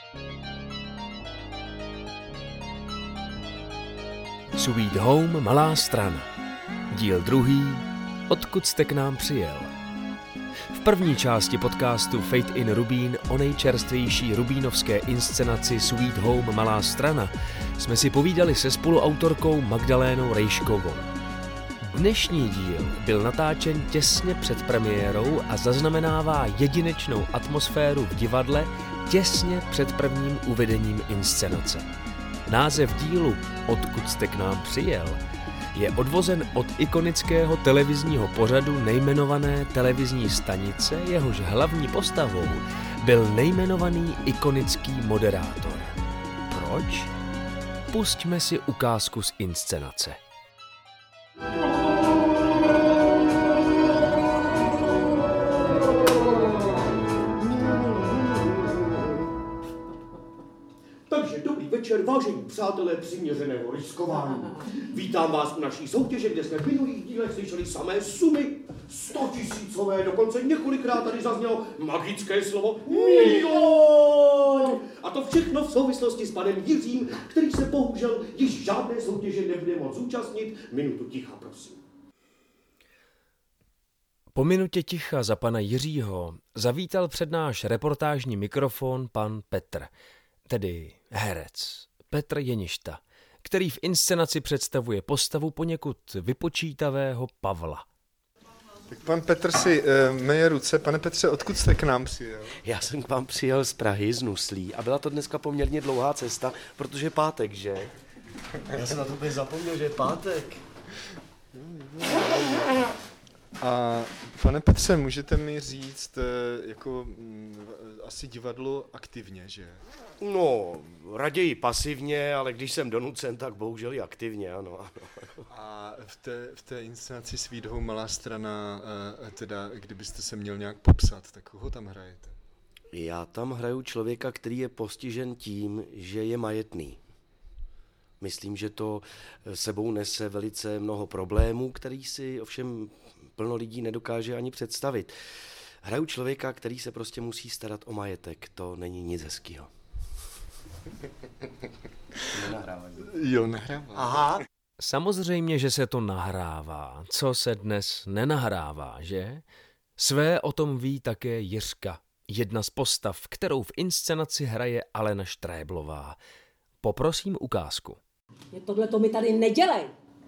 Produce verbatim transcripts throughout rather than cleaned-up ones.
Sweet Home, malá strana. Díl druhý. Odkud jste k nám přijel? V první části podcastu Fate in Rubín o nejčerstvější rubínovské inscenaci Sweet Home, malá strana jsme si povídali se spoluautorkou Magdalénou Rejškovou. Dnešní díl byl natáčen těsně před premiérou a zaznamenává jedinečnou atmosféru v divadle těsně před prvním uvedením inscenace. Název dílu Odkud jste k nám přijel je odvozen od ikonického televizního pořadu nejmenované televizní stanice, jehož hlavní postavou byl nejmenovaný ikonický moderátor. Proč? Pusťme si ukázku z inscenace. Večer, vážení přátelé přiměřeného riskování. Vítám vás u naší soutěže, kde jsme v minulých dílech slyšeli samé sumy. Stotisícové, dokonce několikrát tady zaznělo magické slovo milion. A to všechno v souvislosti s panem Jiřím, který se bohužel již žádné soutěže nebude moct zúčastnit. Minutu ticha, prosím. Po minutě ticha za pana Jiřího zavítal před náš reportážní mikrofon pan Petr, tedy herec Petr Jeništa, který v inscenaci představuje postavu poněkud vypočítavého Pavla. Tak pan Petr si uh, myje ruce. Pane Petře, odkud jste k nám přijel? Já jsem k vám přijel z Prahy, z Nuslí a byla to dneska poměrně dlouhá cesta, protože je pátek, že? Já jsem na to úplně zapomněl, že je pátek. A pane Petře, můžete mi říct, jako m, asi divadlo aktivně, že? No, raději pasivně, ale když jsem donucen, tak bohužel i aktivně, ano. A v té, v té inscenaci Sweet Home, malá strana, teda kdybyste se měl nějak popsat, tak koho tam hrajete? Já tam hraju člověka, který je postižen tím, že je majetný. Myslím, že to sebou nese velice mnoho problémů, který si ovšem plno lidí nedokáže ani představit. Hraju člověka, který se prostě musí starat o majetek, to není nic hezkýho. Jo, nahrává. Aha. Samozřejmě, že se to nahrává. Co se dnes nenahrává, že? Své o tom ví také Jiřka, jedna z postav, kterou v inscenaci hraje Alena Štréblová. Poprosím ukázku. Tohle to mi tady nedělej.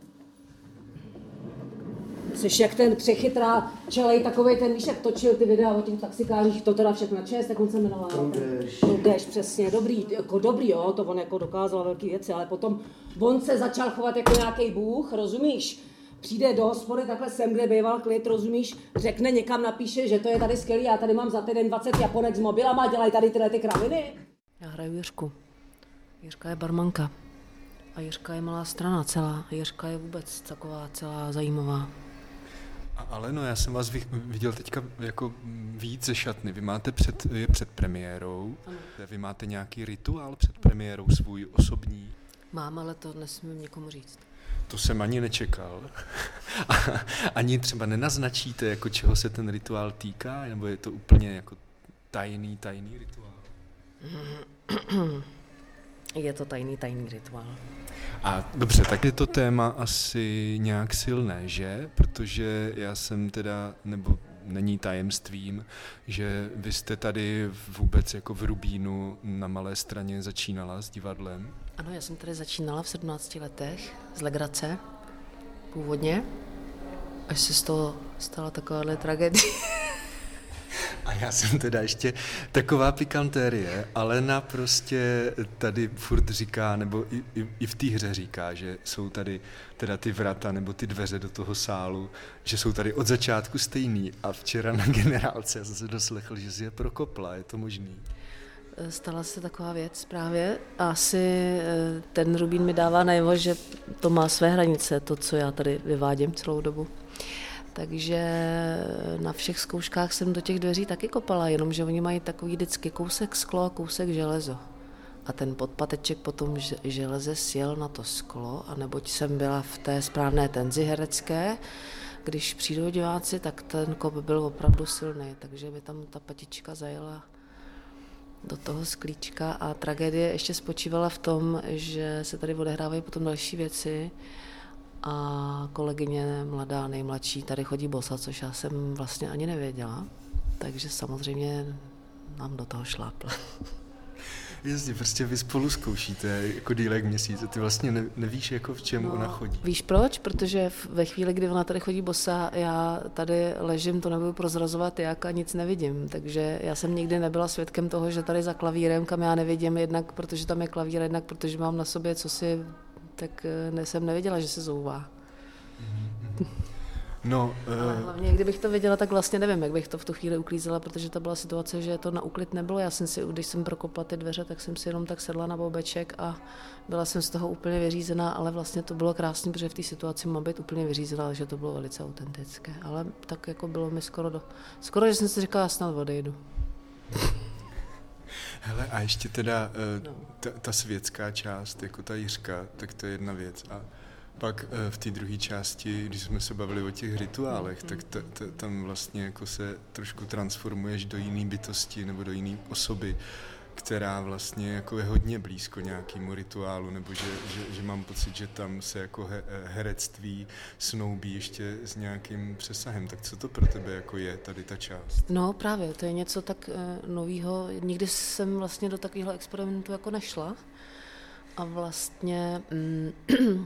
Jsi jak ten přechytrá čelej takovej ten, víš, jak točil ty videa o těch taxikářích, to teda všechno na čest, jak on se jmenoval. Proudeš. Proudeš, přesně, dobrý, jako dobrý, jo, to on jako dokázal velký věci, ale potom on se začal chovat jako nějaký bůh, rozumíš? Přijde do hospody takhle sem, kde býval klid, rozumíš, řekne někam, napíše, že to je tady skvělý, já tady mám za týden dvacet Japonek s mobilama, dělají tady tyhle ty kraviny. Já hraju Jiřku. Jiřka je barmanka. A Jiřka je malá strana celá. A Jiřka je vůbec taková celá zajímavá. Ale no, já jsem vás viděl teďka jako víc ze šatny. Vy máte před, je před premiérou, ano. Vy máte nějaký rituál před premiérou svůj osobní? Mám, ale to nesmím nikomu říct. To jsem ani nečekal. Ani třeba nenaznačíte, jako čeho se ten rituál týká, nebo je to úplně jako tajný, tajný rituál? Je to tajný, tajný rituál. A dobře, tak je to téma asi nějak silné, že? Protože já jsem teda, nebo není tajemstvím, že vy jste tady vůbec jako v Rubínu na Malé straně začínala s divadlem. Ano, já jsem tady začínala v sedmnácti letech z legrace, původně, až se z toho stala takováhle tragédie. A já jsem teda ještě taková pikantérie. Alena prostě tady furt říká, nebo i, i, i v té hře říká, že jsou tady teda ty vrata nebo ty dveře do toho sálu, že jsou tady od začátku stejný. A včera na generálce já jsem se doslechl, že si je prokopla. Je to možný? Stala se taková věc právě. Asi ten Rubín mi dává najevo, že to má své hranice, to, co já tady vyvádím celou dobu. Takže na všech zkouškách jsem do těch dveří taky kopala, jenomže oni mají takový vždycky kousek sklo a kousek železo. A ten podpateček potom železe sjel na to sklo, a neboť jsem byla v té správné tenzi herecké, když přijdou diváci, tak ten kop byl opravdu silný, takže mi tam ta patička zajela do toho sklíčka a tragédie ještě spočívala v tom, že se tady odehrávají potom další věci a kolegyně mladá, nejmladší, tady chodí bosa, což já jsem vlastně ani nevěděla, takže samozřejmě nám do toho šlápla. Jasně, prostě vy spolu zkoušíte jako díl jak měsíc a ty vlastně ne, nevíš, jako v čem no, ona chodí. Víš proč? Protože ve chvíli, kdy ona tady chodí bosa, já tady ležím, to nebudu prozrazovat jak a nic nevidím. Takže já jsem nikdy nebyla svědkem toho, že tady za klavírem, kam já nevidím, jednak protože tam je klavír, jednak protože mám na sobě cosi, tak ne, jsem nevěděla, že se zouvá. No, ale uh... hlavně, kdybych to věděla, tak vlastně nevím, jak bych to v tu chvíli uklízela, protože to byla situace, že to na úklid nebylo. Já jsem si, když jsem prokopla ty dveře, tak jsem si jenom tak sedla na bobeček a byla jsem z toho úplně vyřízená, ale vlastně to bylo krásné, protože v té situaci mám být úplně vyřízená, že to bylo velice autentické. Ale tak jako bylo mi skoro do... Skoro, že jsem si říkala, snad odejdu. Hele, a ještě teda uh, no. ta, ta světská část, jako ta Jiřka, tak to je jedna věc. A pak v té druhé části, když jsme se bavili o těch rituálech, tak t- t- tam vlastně jako se trošku transformuješ do jiné bytosti nebo do jiné osoby, která vlastně jako je hodně blízko nějakému rituálu, nebo že, že, že mám pocit, že tam se jako he- herectví snoubí ještě s nějakým přesahem. Tak co to pro tebe jako je tady ta část? No právě, to je něco tak uh, novýho. Nikdy jsem vlastně do takového experimentu jako nešla a vlastně... Mm,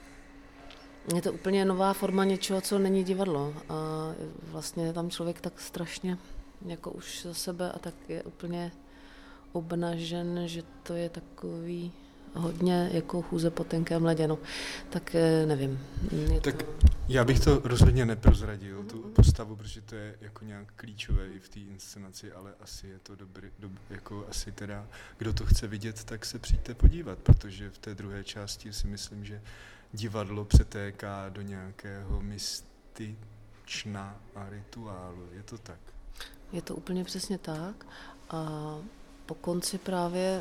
je to úplně nová forma něčeho, co není divadlo. A vlastně tam člověk tak strašně jako už za sebe a tak je úplně obnažen, že to je takový hodně jako chůze po tenkém ledě. No. Tak nevím. Je tak to... já bych to rozhodně neprozradil, tu postavu, protože to je jako nějak klíčové i v té inscenaci, ale asi je to dobrý, dob, jako asi teda, kdo to chce vidět, tak se přijďte podívat, protože v té druhé části si myslím, že divadlo přetéká do nějakého mystična a rituálu. Je to tak? Je to úplně přesně tak. A po konci právě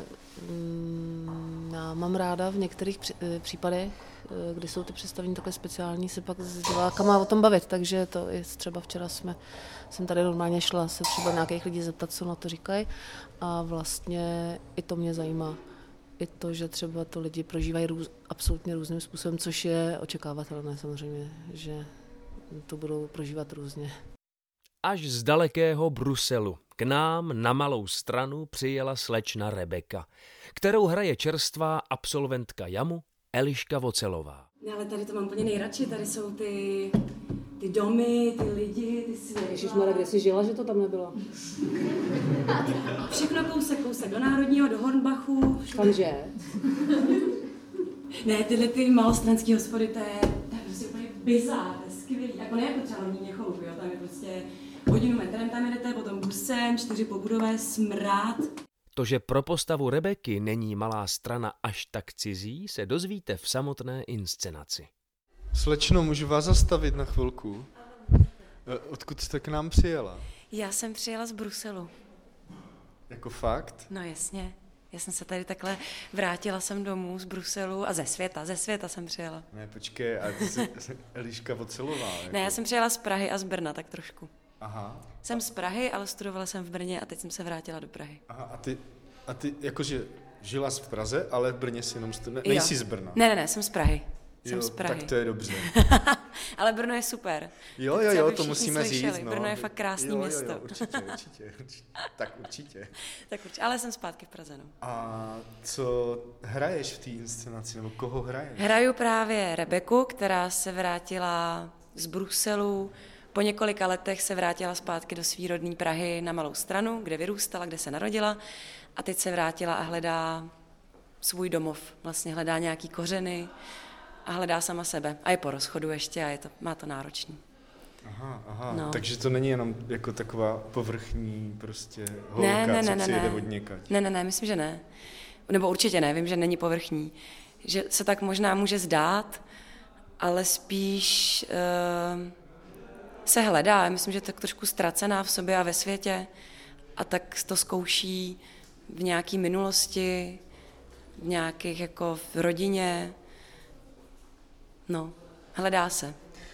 mm, já mám ráda v některých při, případech, kdy jsou ty představení takhle speciální, se pak s divákama o tom bavit. Takže to je třeba včera jsme, jsem tady normálně šla se třeba nějakých lidí zeptat, co na to říkají. A vlastně i to mě zajímá. I to, že třeba to lidi prožívají růz, absolutně různým způsobem, což je očekávatelné samozřejmě, že to budou prožívat různě. Až z dalekého Bruselu k nám na Malou Stranu přijela slečna Rebeka, kterou hraje čerstvá absolventka jamu Eliška Vocelová. Ne, ale tady to mám úplně nejradši, tady jsou ty, ty domy, ty lidi, ty světla. Ježišmarja, kde jsi žila, že to tam nebylo? Všechno kousek, kousek do Národního, do Hornbachu. Kamže? Ne, tyhle ty malostranský hospody, to je, to je prostě úplně bizár, to je skvělý. Jako ne jako třeba Horní Měcholup, jo, tam je prostě hodinu metrem tam jedete, potom busem, čtyři pobudové, smrad. To, že pro postavu Rebeky není Malá Strana až tak cizí, se dozvíte v samotné inscenaci. Slečno, můžu vás zastavit na chvilku? Odkud jste k nám přijela? Já jsem přijela z Bruselu. Jako fakt? No jasně. Já jsem se tady takhle vrátila jsem domů z Bruselu a ze světa, ze světa jsem přijela. Ne, počkej, a ty jsi Eliška Vocelová. Jako. Ne, já jsem přijela z Prahy a z Brna, tak trošku. Aha. Jsem z Prahy, ale studovala jsem v Brně a teď jsem se vrátila do Prahy. Aha, a ty, a ty jakože žila jsi v Praze, ale v Brně si jenom studovala, nejsi z Brna. Ne, ne, ne, jsem z Prahy. Jsem jo, z Prahy. Tak to je dobře. Ale Brno je super. Jo, jo, jo, to musíme slyšeli. říct. No. Brno je fakt krásný jo, město. Jo, určitě, určitě, určitě. Tak určitě. Tak určitě, ale jsem zpátky v Praze, no. A co hraješ v té inscenaci, nebo koho hraješ? Hraju právě Rebeku, která se vrátila z Bruselu. Po několika letech se vrátila zpátky do svý rodné Prahy na Malou Stranu, kde vyrůstala, kde se narodila. A teď se vrátila a hledá svůj domov. Vlastně hledá nějaký kořeny a hledá sama sebe. A je po rozchodu ještě a je to, má to náročný. Aha, aha. No. Takže to není jenom jako taková povrchní prostě holka, ne, ne, ne, co ne, přijede ne. od někať. Ne, ne, ne, myslím, že ne. Nebo určitě ne, vím, že není povrchní. Že se tak možná může zdát, ale spíš uh, se hledá. Myslím, že je tak trošku ztracená v sobě a ve světě a tak to zkouší v nějaké minulosti, v nějakých jako v rodině. No, hledá se.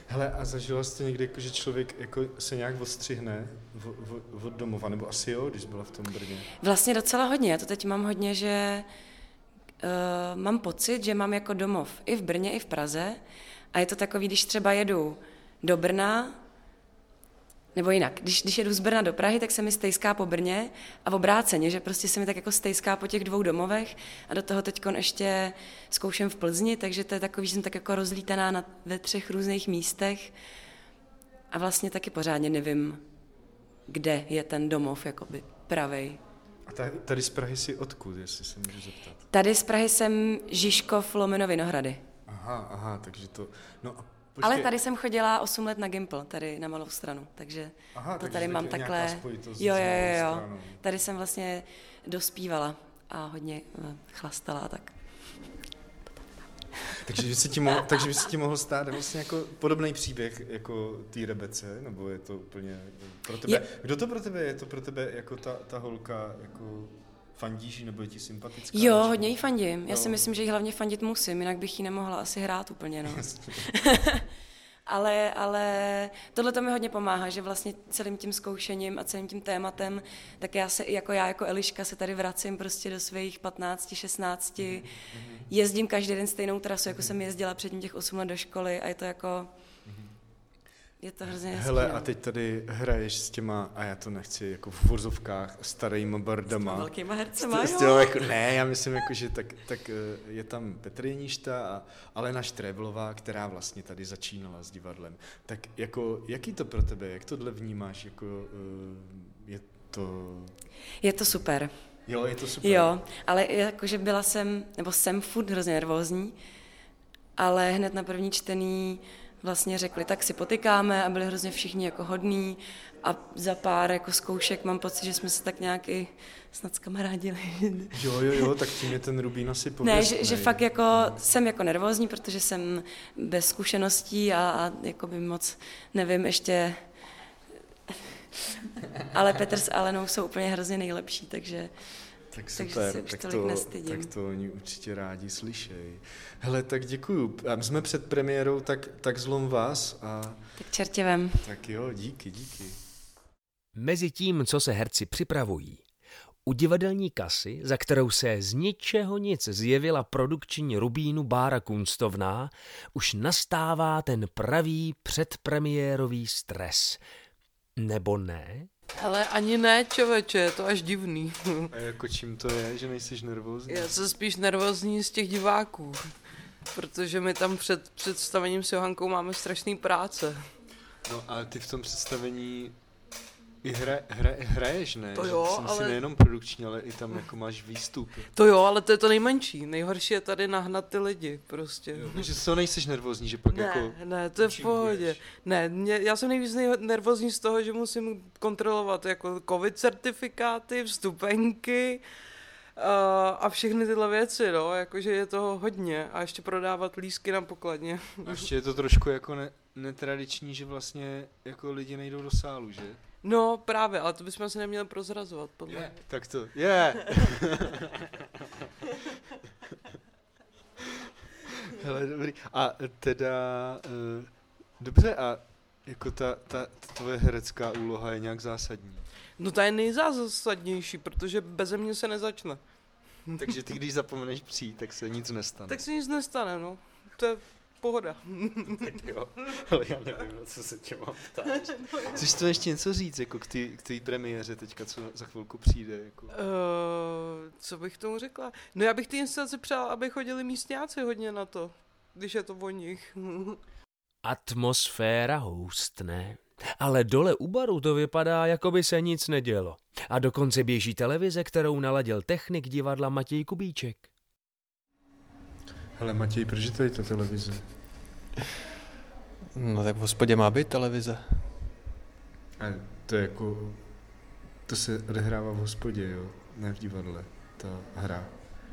Hele, a zažila jste někdy, jako, že člověk jako se nějak odstřihne v, od domova, nebo asi jo, když byla v tom Brně? Vlastně docela hodně, já to teď mám hodně, že uh, mám pocit, že mám jako domov i v Brně, i v Praze a je to takový, když třeba jedu do Brna, nebo jinak, když, když jedu z Brna do Prahy, tak se mi stejská po Brně a obráceně, že prostě se mi tak jako stejská po těch dvou domovech a do toho teďkon ještě zkouším v Plzni, takže to je takový, že jsem tak jako rozlítaná na, ve třech různých místech a vlastně taky pořádně nevím, kde je ten domov, jakoby pravej. A tady, tady z Prahy si odkud, jestli se můžu zeptat? Tady z Prahy jsem Žižkov lomeno Vinohrady. Aha, aha, takže to, no a počkej. Ale tady jsem chodila osm let na Gimpl, tady na Malou Stranu, takže aha, to takže tady mám nějaká takhle. spojitost Jo, s jo, Malou jo, jo. Stranou. Tady jsem vlastně dospívala a hodně eh, chlastala a tak. Takže by se ti mohl, takže by se ti mohl stát vlastně jako podobný příběh jako té Rebece, nebo je to úplně pro tebe? Je... Kdo to pro tebe je? Je to pro tebe jako ta, ta holka jako fandíš, nebo je ti sympatická? Jo, nebo... hodně jí fandím. Já jo. si myslím, že jí hlavně fandit musím, jinak bych jí nemohla asi hrát úplně, no. ale, ale tohle to mi hodně pomáhá, že vlastně celým tím zkoušením a celým tím tématem, tak já se i jako já, jako Eliška, se tady vracím prostě do svých patnácti, šestnácti. Jezdím každý den stejnou trasu, jako jsem jezdila předtím těch osm let do školy a je to jako... Je to hrozně hezký. Hele, no. a teď tady hraješ s těma, a já to nechci, jako v vozovkách, starýma bardama. S velkýma hercema, S, s těma, jako, ne, já myslím, jako, že tak, tak je tam Petr Jeníšta a Alena Štreblová, která vlastně tady začínala s divadlem. Tak jako, jaký to pro tebe, jak tohle vnímáš, jako je to... Je to super. Jo, je to super. Jo, ale jakože byla jsem, nebo jsem furt hrozně nervózní, ale hned na první čtený vlastně řekli, tak si potykáme a byli hrozně všichni jako hodní a za pár jako zkoušek mám pocit, že jsme se tak nějak i snad zkamarádili. Jo, jo, jo, tak tím je ten Rubín asi pověstnej. Ne, že, že fakt jako no. jsem jako nervózní, protože jsem bez zkušeností a, a jako by moc nevím ještě, ale Petr s Alenou jsou úplně hrozně nejlepší, takže... Tak Takže super, se už tak tolik to, nestydím. tak to oni určitě rádi slyšejí. Hele, tak děkuju. A jsme před premiérou, tak, tak zlom vás. A... Tak čertěvem. Tak jo, díky, díky. Mezi tím, co se herci připravují, u divadelní kasy, za kterou se z ničeho nic zjevila produkční Rubínu Bára Kunstovná, už nastává ten pravý předpremiérový stres. Nebo ne? Ale ani ne, člověče, je to až divný. A jako čím to je, že nejsiš nervózní? Já jsem spíš nervózní z těch diváků, protože my tam před představením s Johankou máme strašný práce. No a ty v tom představení i hra, hra, hraješ, ne? To jo, Jsem ale... si nejenom produkční, ale i tam jako máš výstupy. To jo, ale to je to nejmenší. Nejhorší je tady nahnat ty lidi, prostě. Jo, takže to nejsiš nervózní, že pak ne, jako... Ne, to je v pohodě. Ne, mě, já jsem nejvíc nej- nervózní z toho, že musím kontrolovat jako covid certifikáty, vstupenky uh, a všechny tyhle věci, no, jakože je toho hodně a ještě prodávat lístky na pokladně. A ještě je to trošku jako ne, netradiční, že vlastně jako lidi nejdou do sálu, že? No právě, ale to bychom se neměli prozrazovat, podle Yeah. Tak to, je. Yeah. Hele, dobrý. A teda, uh, dobře, a jako ta, ta tvoje herecká úloha je nějak zásadní? No ta je nejzásadnější, protože beze mě se nezačne. Takže ty, když zapomeneš přijít, tak se nic nestane. Tak se nic nestane, no. To je pohoda. Tak jo, ale já nevím, na co se tě mám ptát. Chceš to ještě něco říct, jako k té k té premiéře teďka, co za chvilku přijde? Jako? Uh, co bych tomu řekla? No já bych ty instalace přál, aby chodili místňáci hodně na to, když je to o nich. Atmosféra houstne. Ale dole u baru to vypadá, jako by se nic nedělo. A dokonce běží televize, kterou naladil technik divadla Matěj Kubíček. Hele Matěj, proč je tady ta televize? No tak v hospodě má být televize. A to je jako, to se odehrává v hospodě, jo? Ne v divadle, ta hra.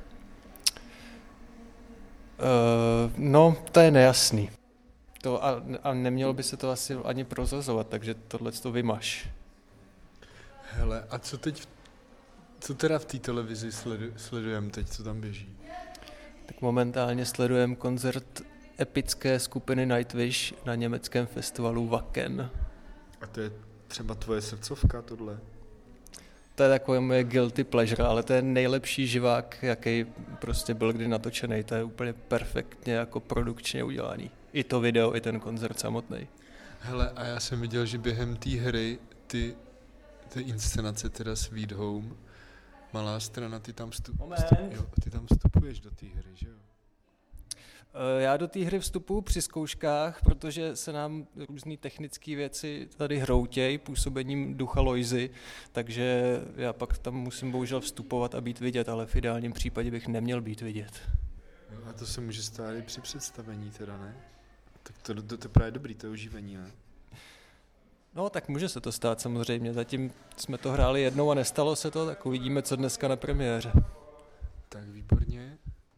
Uh, no, to je nejasný. To a, a nemělo by se to asi ani prozrazovat, takže tohle to vymaž. Hele, a co teď, co teda v té televizi sledu, sledujeme teď, co tam běží? Tak momentálně sledujeme koncert epické skupiny Nightwish na německém festivalu Wacken. A to je třeba tvoje srdcovka, tohle? To je takové moje guilty pleasure, ale to je nejlepší živák, jaký prostě byl kdy natočený. To je úplně perfektně jako produkčně udělaný. I to video, i ten koncert samotný. Hele, a já jsem viděl, že během té hry, ty, ty inscenace, teda Sweet Home, Malá strana, ty tam, vstup, vstup, jo, ty tam vstupuješ do té hry, že jo? Já do té hry vstupuji při zkouškách, protože se nám různé technické věci tady hroutějí působením ducha Lojzy, takže já pak tam musím bohužel vstupovat a být vidět, ale v ideálním případě bych neměl být vidět. Jo, a to se může stát i při představení teda, ne? Tak to, to, to je právě dobrý, to je oživení, ne? No, tak může se to stát samozřejmě. Zatím jsme to hráli jednou a nestalo se to, tak uvidíme, co dneska na premiéře. Tak výborně.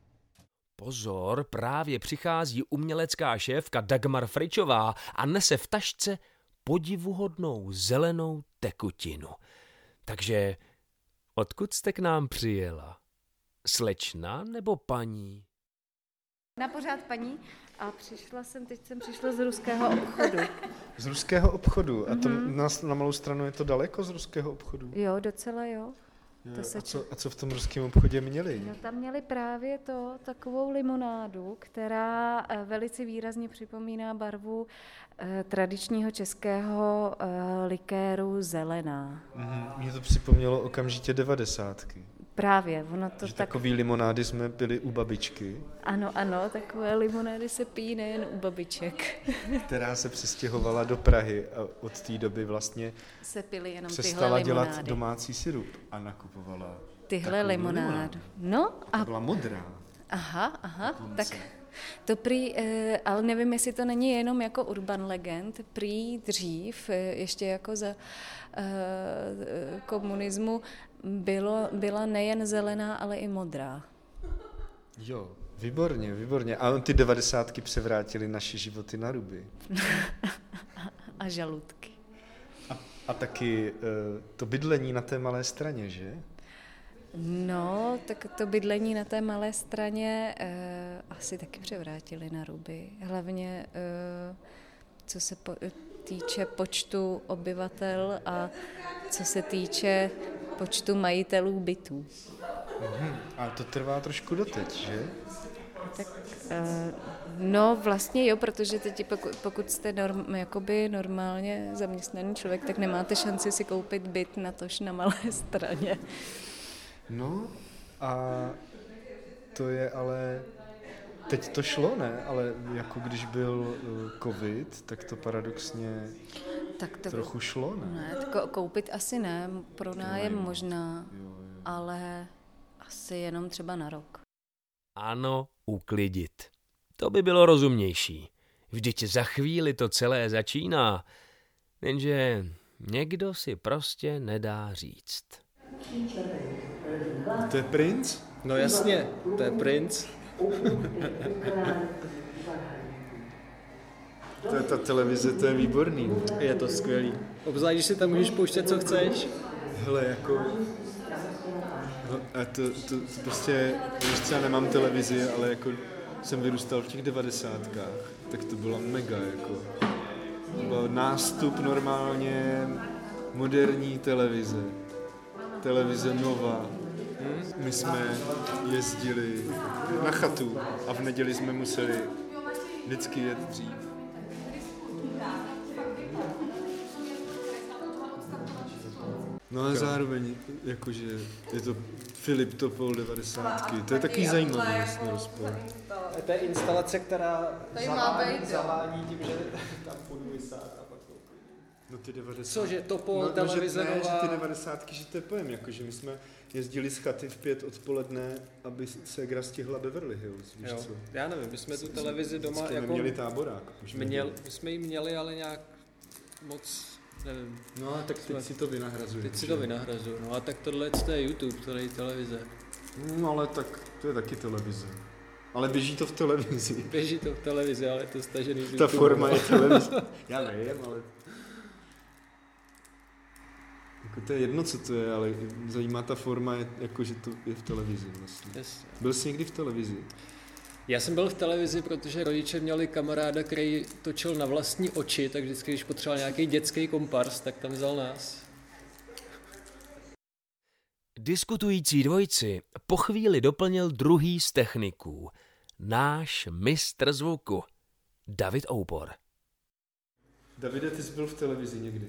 Pozor, právě přichází umělecká šéfka Dagmar Fričová a nese v tašce podivuhodnou zelenou tekutinu. Takže odkud jste k nám přijela? Slečna nebo paní? Na pořád paní a přišla jsem, teď jsem přišla z ruského obchodu. Z ruského obchodu? A to mm-hmm. na, na Malou stranu je to daleko z ruského obchodu? Jo, docela jo. jo To se a, co, a co v tom ruském obchodě měli? No, tam měli právě to, takovou limonádu, která velice výrazně připomíná barvu eh, tradičního českého eh, likéru zelená. Mm-hmm. Mně to připomnělo okamžitě devadesátky. Právě, ono to že tak... takový limonády jsme pili u babičky. Ano, ano, takové limonády se pijí nejen u babiček. Která se přestěhovala do Prahy a od té doby vlastně se pily jenom přestala tyhle dělat limonády. domácí sirup a nakupovala tyhle limonádu. No a... a... byla modrá. Aha, aha, tak... To prý, ale nevím, jestli to není jenom jako urban legend, prý dřív, ještě jako za komunismu, bylo, byla nejen zelená, ale i modrá. Jo, výborně, výborně. A ty devadesátky převrátily naše životy na ruby. A žaludky. A, a taky to bydlení na té Malé straně, že? No, tak to bydlení na té Malé straně eh, asi taky převrátili na ruby. Hlavně eh, co se po, týče počtu obyvatel a co se týče počtu majitelů bytů. Mhm. A to trvá trošku doteď, že? Tak, eh, no vlastně jo, protože teď pokud, pokud jste norm, jakoby normálně zaměstnaný člověk, tak nemáte šanci si koupit byt natož na Malé straně. No a to je ale, teď to šlo, ne? Ale jako když byl covid, tak to paradoxně tak to, trochu šlo, ne? Ne, koupit asi ne, pro nájem možná, jo, jo. Ale asi jenom třeba na rok. Ano, uklidit. To by bylo rozumnější. Vždyť za chvíli to celé začíná. Jenže někdo si prostě nedá říct. To je princ? No jasně, to je princ. To je ta televize, to je výborný. Je to skvělý. Obzvlášť, když si tam můžeš pouštět, co chceš. Hele, jako... A to, to, to prostě, když třeba nemám televizi, ale jako jsem vyrůstal v těch devadesátkách, tak to bylo mega, jako... To byl nástup normálně moderní televize. Televize Nova. My jsme jezdili na chatu a v neděli jsme museli vždycky jet dřív. No a zároveň, jakože je to Filip Topol devadesátky, to je takový zajímavý vlastně rozpor. To je instalace, která zavání, zavání tím, že tam půjdu vysát a pak to No ty devadesátky. Cože, Topol, no, televize no, že, ne, Nová. že ty devadesátky, že to je pojem, jakože my jsme jezdili z chaty v pět odpoledne, aby ségra stihla Beverly Hills, víš jo. co? Já nevím, my jsme tu televizi doma Vždycky jako... měli táborák. Měl, my jsme ji měli, ale nějak moc, nevím. No a tak teď jsme, si to vynahrazuje. Teď si to vynahrazuju, no a tak tohle to je YouTube, to je televize. No ale tak to je taky televize. Ale běží to v televizi. Běží to v televizi, ale je to stažený z Ta YouTube. forma je televize. Já nevím, ale... Jako to je jedno, co to je, ale zajímá ta forma, je, jako, že to je v televizi vlastně. Yes. Byl jsi někdy v televizi? Já jsem byl v televizi, protože rodiče měli kamaráda, který točil na vlastní oči, tak vždycky, když potřeboval nějaký dětský kompars, tak tam vzal nás. Diskutující dvojici po chvíli doplnil druhý z techniků, náš mistr zvuku, David Oupor. Davide, ty jsi byl v televizi někdy?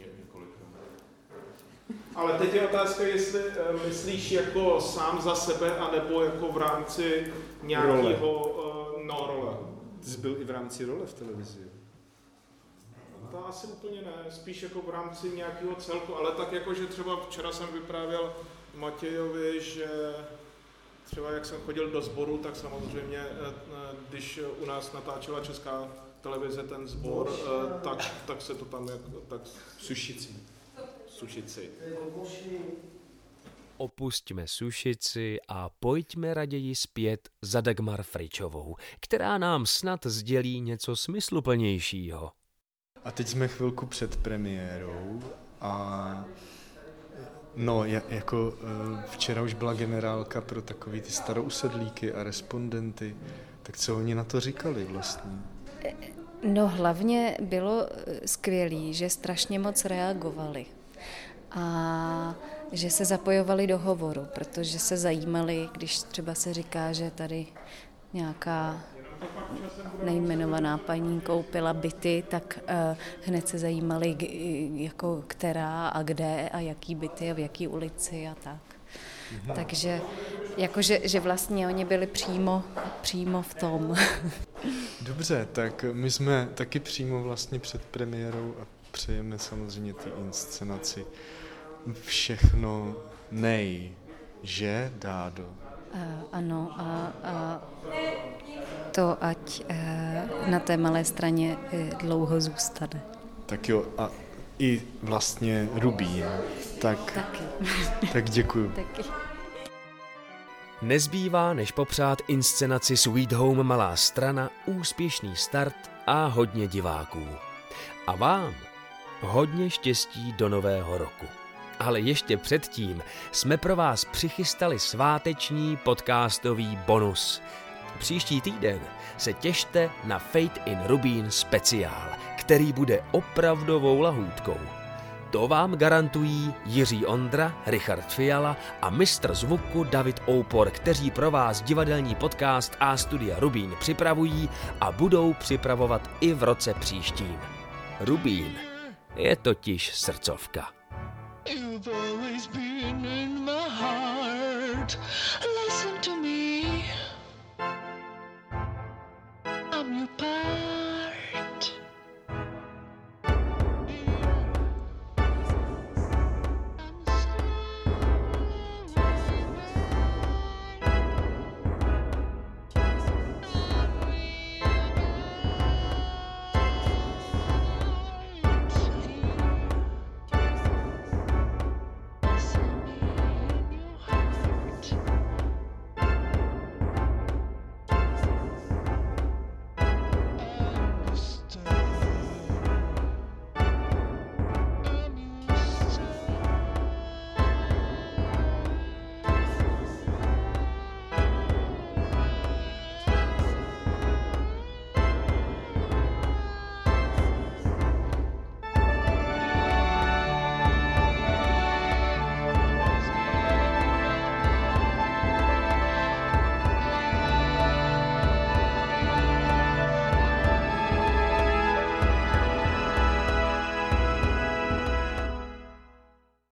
Ale teď je otázka, jestli uh, myslíš jako sám za sebe, anebo jako v rámci nějakého uh, no, role. Ty jsi byl i v rámci role v televizi. To asi úplně ne, spíš jako v rámci nějakého celku, ale tak jako, že třeba včera jsem vyprávěl Matějovi, že třeba jak jsem chodil do sboru, tak samozřejmě, když u nás natáčela Česká televize ten sbor, tak, tak se to tam jak, tak Sušicí. Sušici. Opusťme Sušici a pojďme raději zpět za Dagmar Fričovou, která nám snad sdělí něco smysluplnějšího. A teď jsme chvilku před premiérou a no, jako včera už byla generálka pro takový ty starousedlíky a respondenty, tak co oni na to říkali vlastně? No hlavně bylo skvělý, že strašně moc reagovali a že se zapojovali do hovoru, protože se zajímali, když třeba se říká, že tady nějaká nejmenovaná paní koupila byty, tak uh, hned se zajímali, jako která a kde a jaký byty a v jaký ulici a tak. Mhm. Takže jakože, že vlastně oni byli přímo, přímo v tom. Dobře, tak my jsme taky přímo vlastně před premiérou a přejeme samozřejmě té inscenaci všechno nej, že, Dádo? Uh, ano, a, a to ať uh, na té malé straně uh, dlouho zůstane. Tak jo, a i vlastně Rubín. Tak, Taky. tak děkuju. Taky. Nezbývá, než popřát inscenaci Sweet Home Malá strana úspěšný start a hodně diváků. A vám hodně štěstí do nového roku. Ale ještě předtím jsme pro vás přichystali sváteční podcastový bonus. Příští týden se těšte na Fate in Rubín speciál, který bude opravdovou lahůdkou. To vám garantují Jiří Ondra, Richard Fiala a mistr zvuku David Oupor, kteří pro vás divadelní podcast A Studia Rubín připravují a budou připravovat i v roce příštím. Rubín je totiž srdcovka. You've always been in my heart.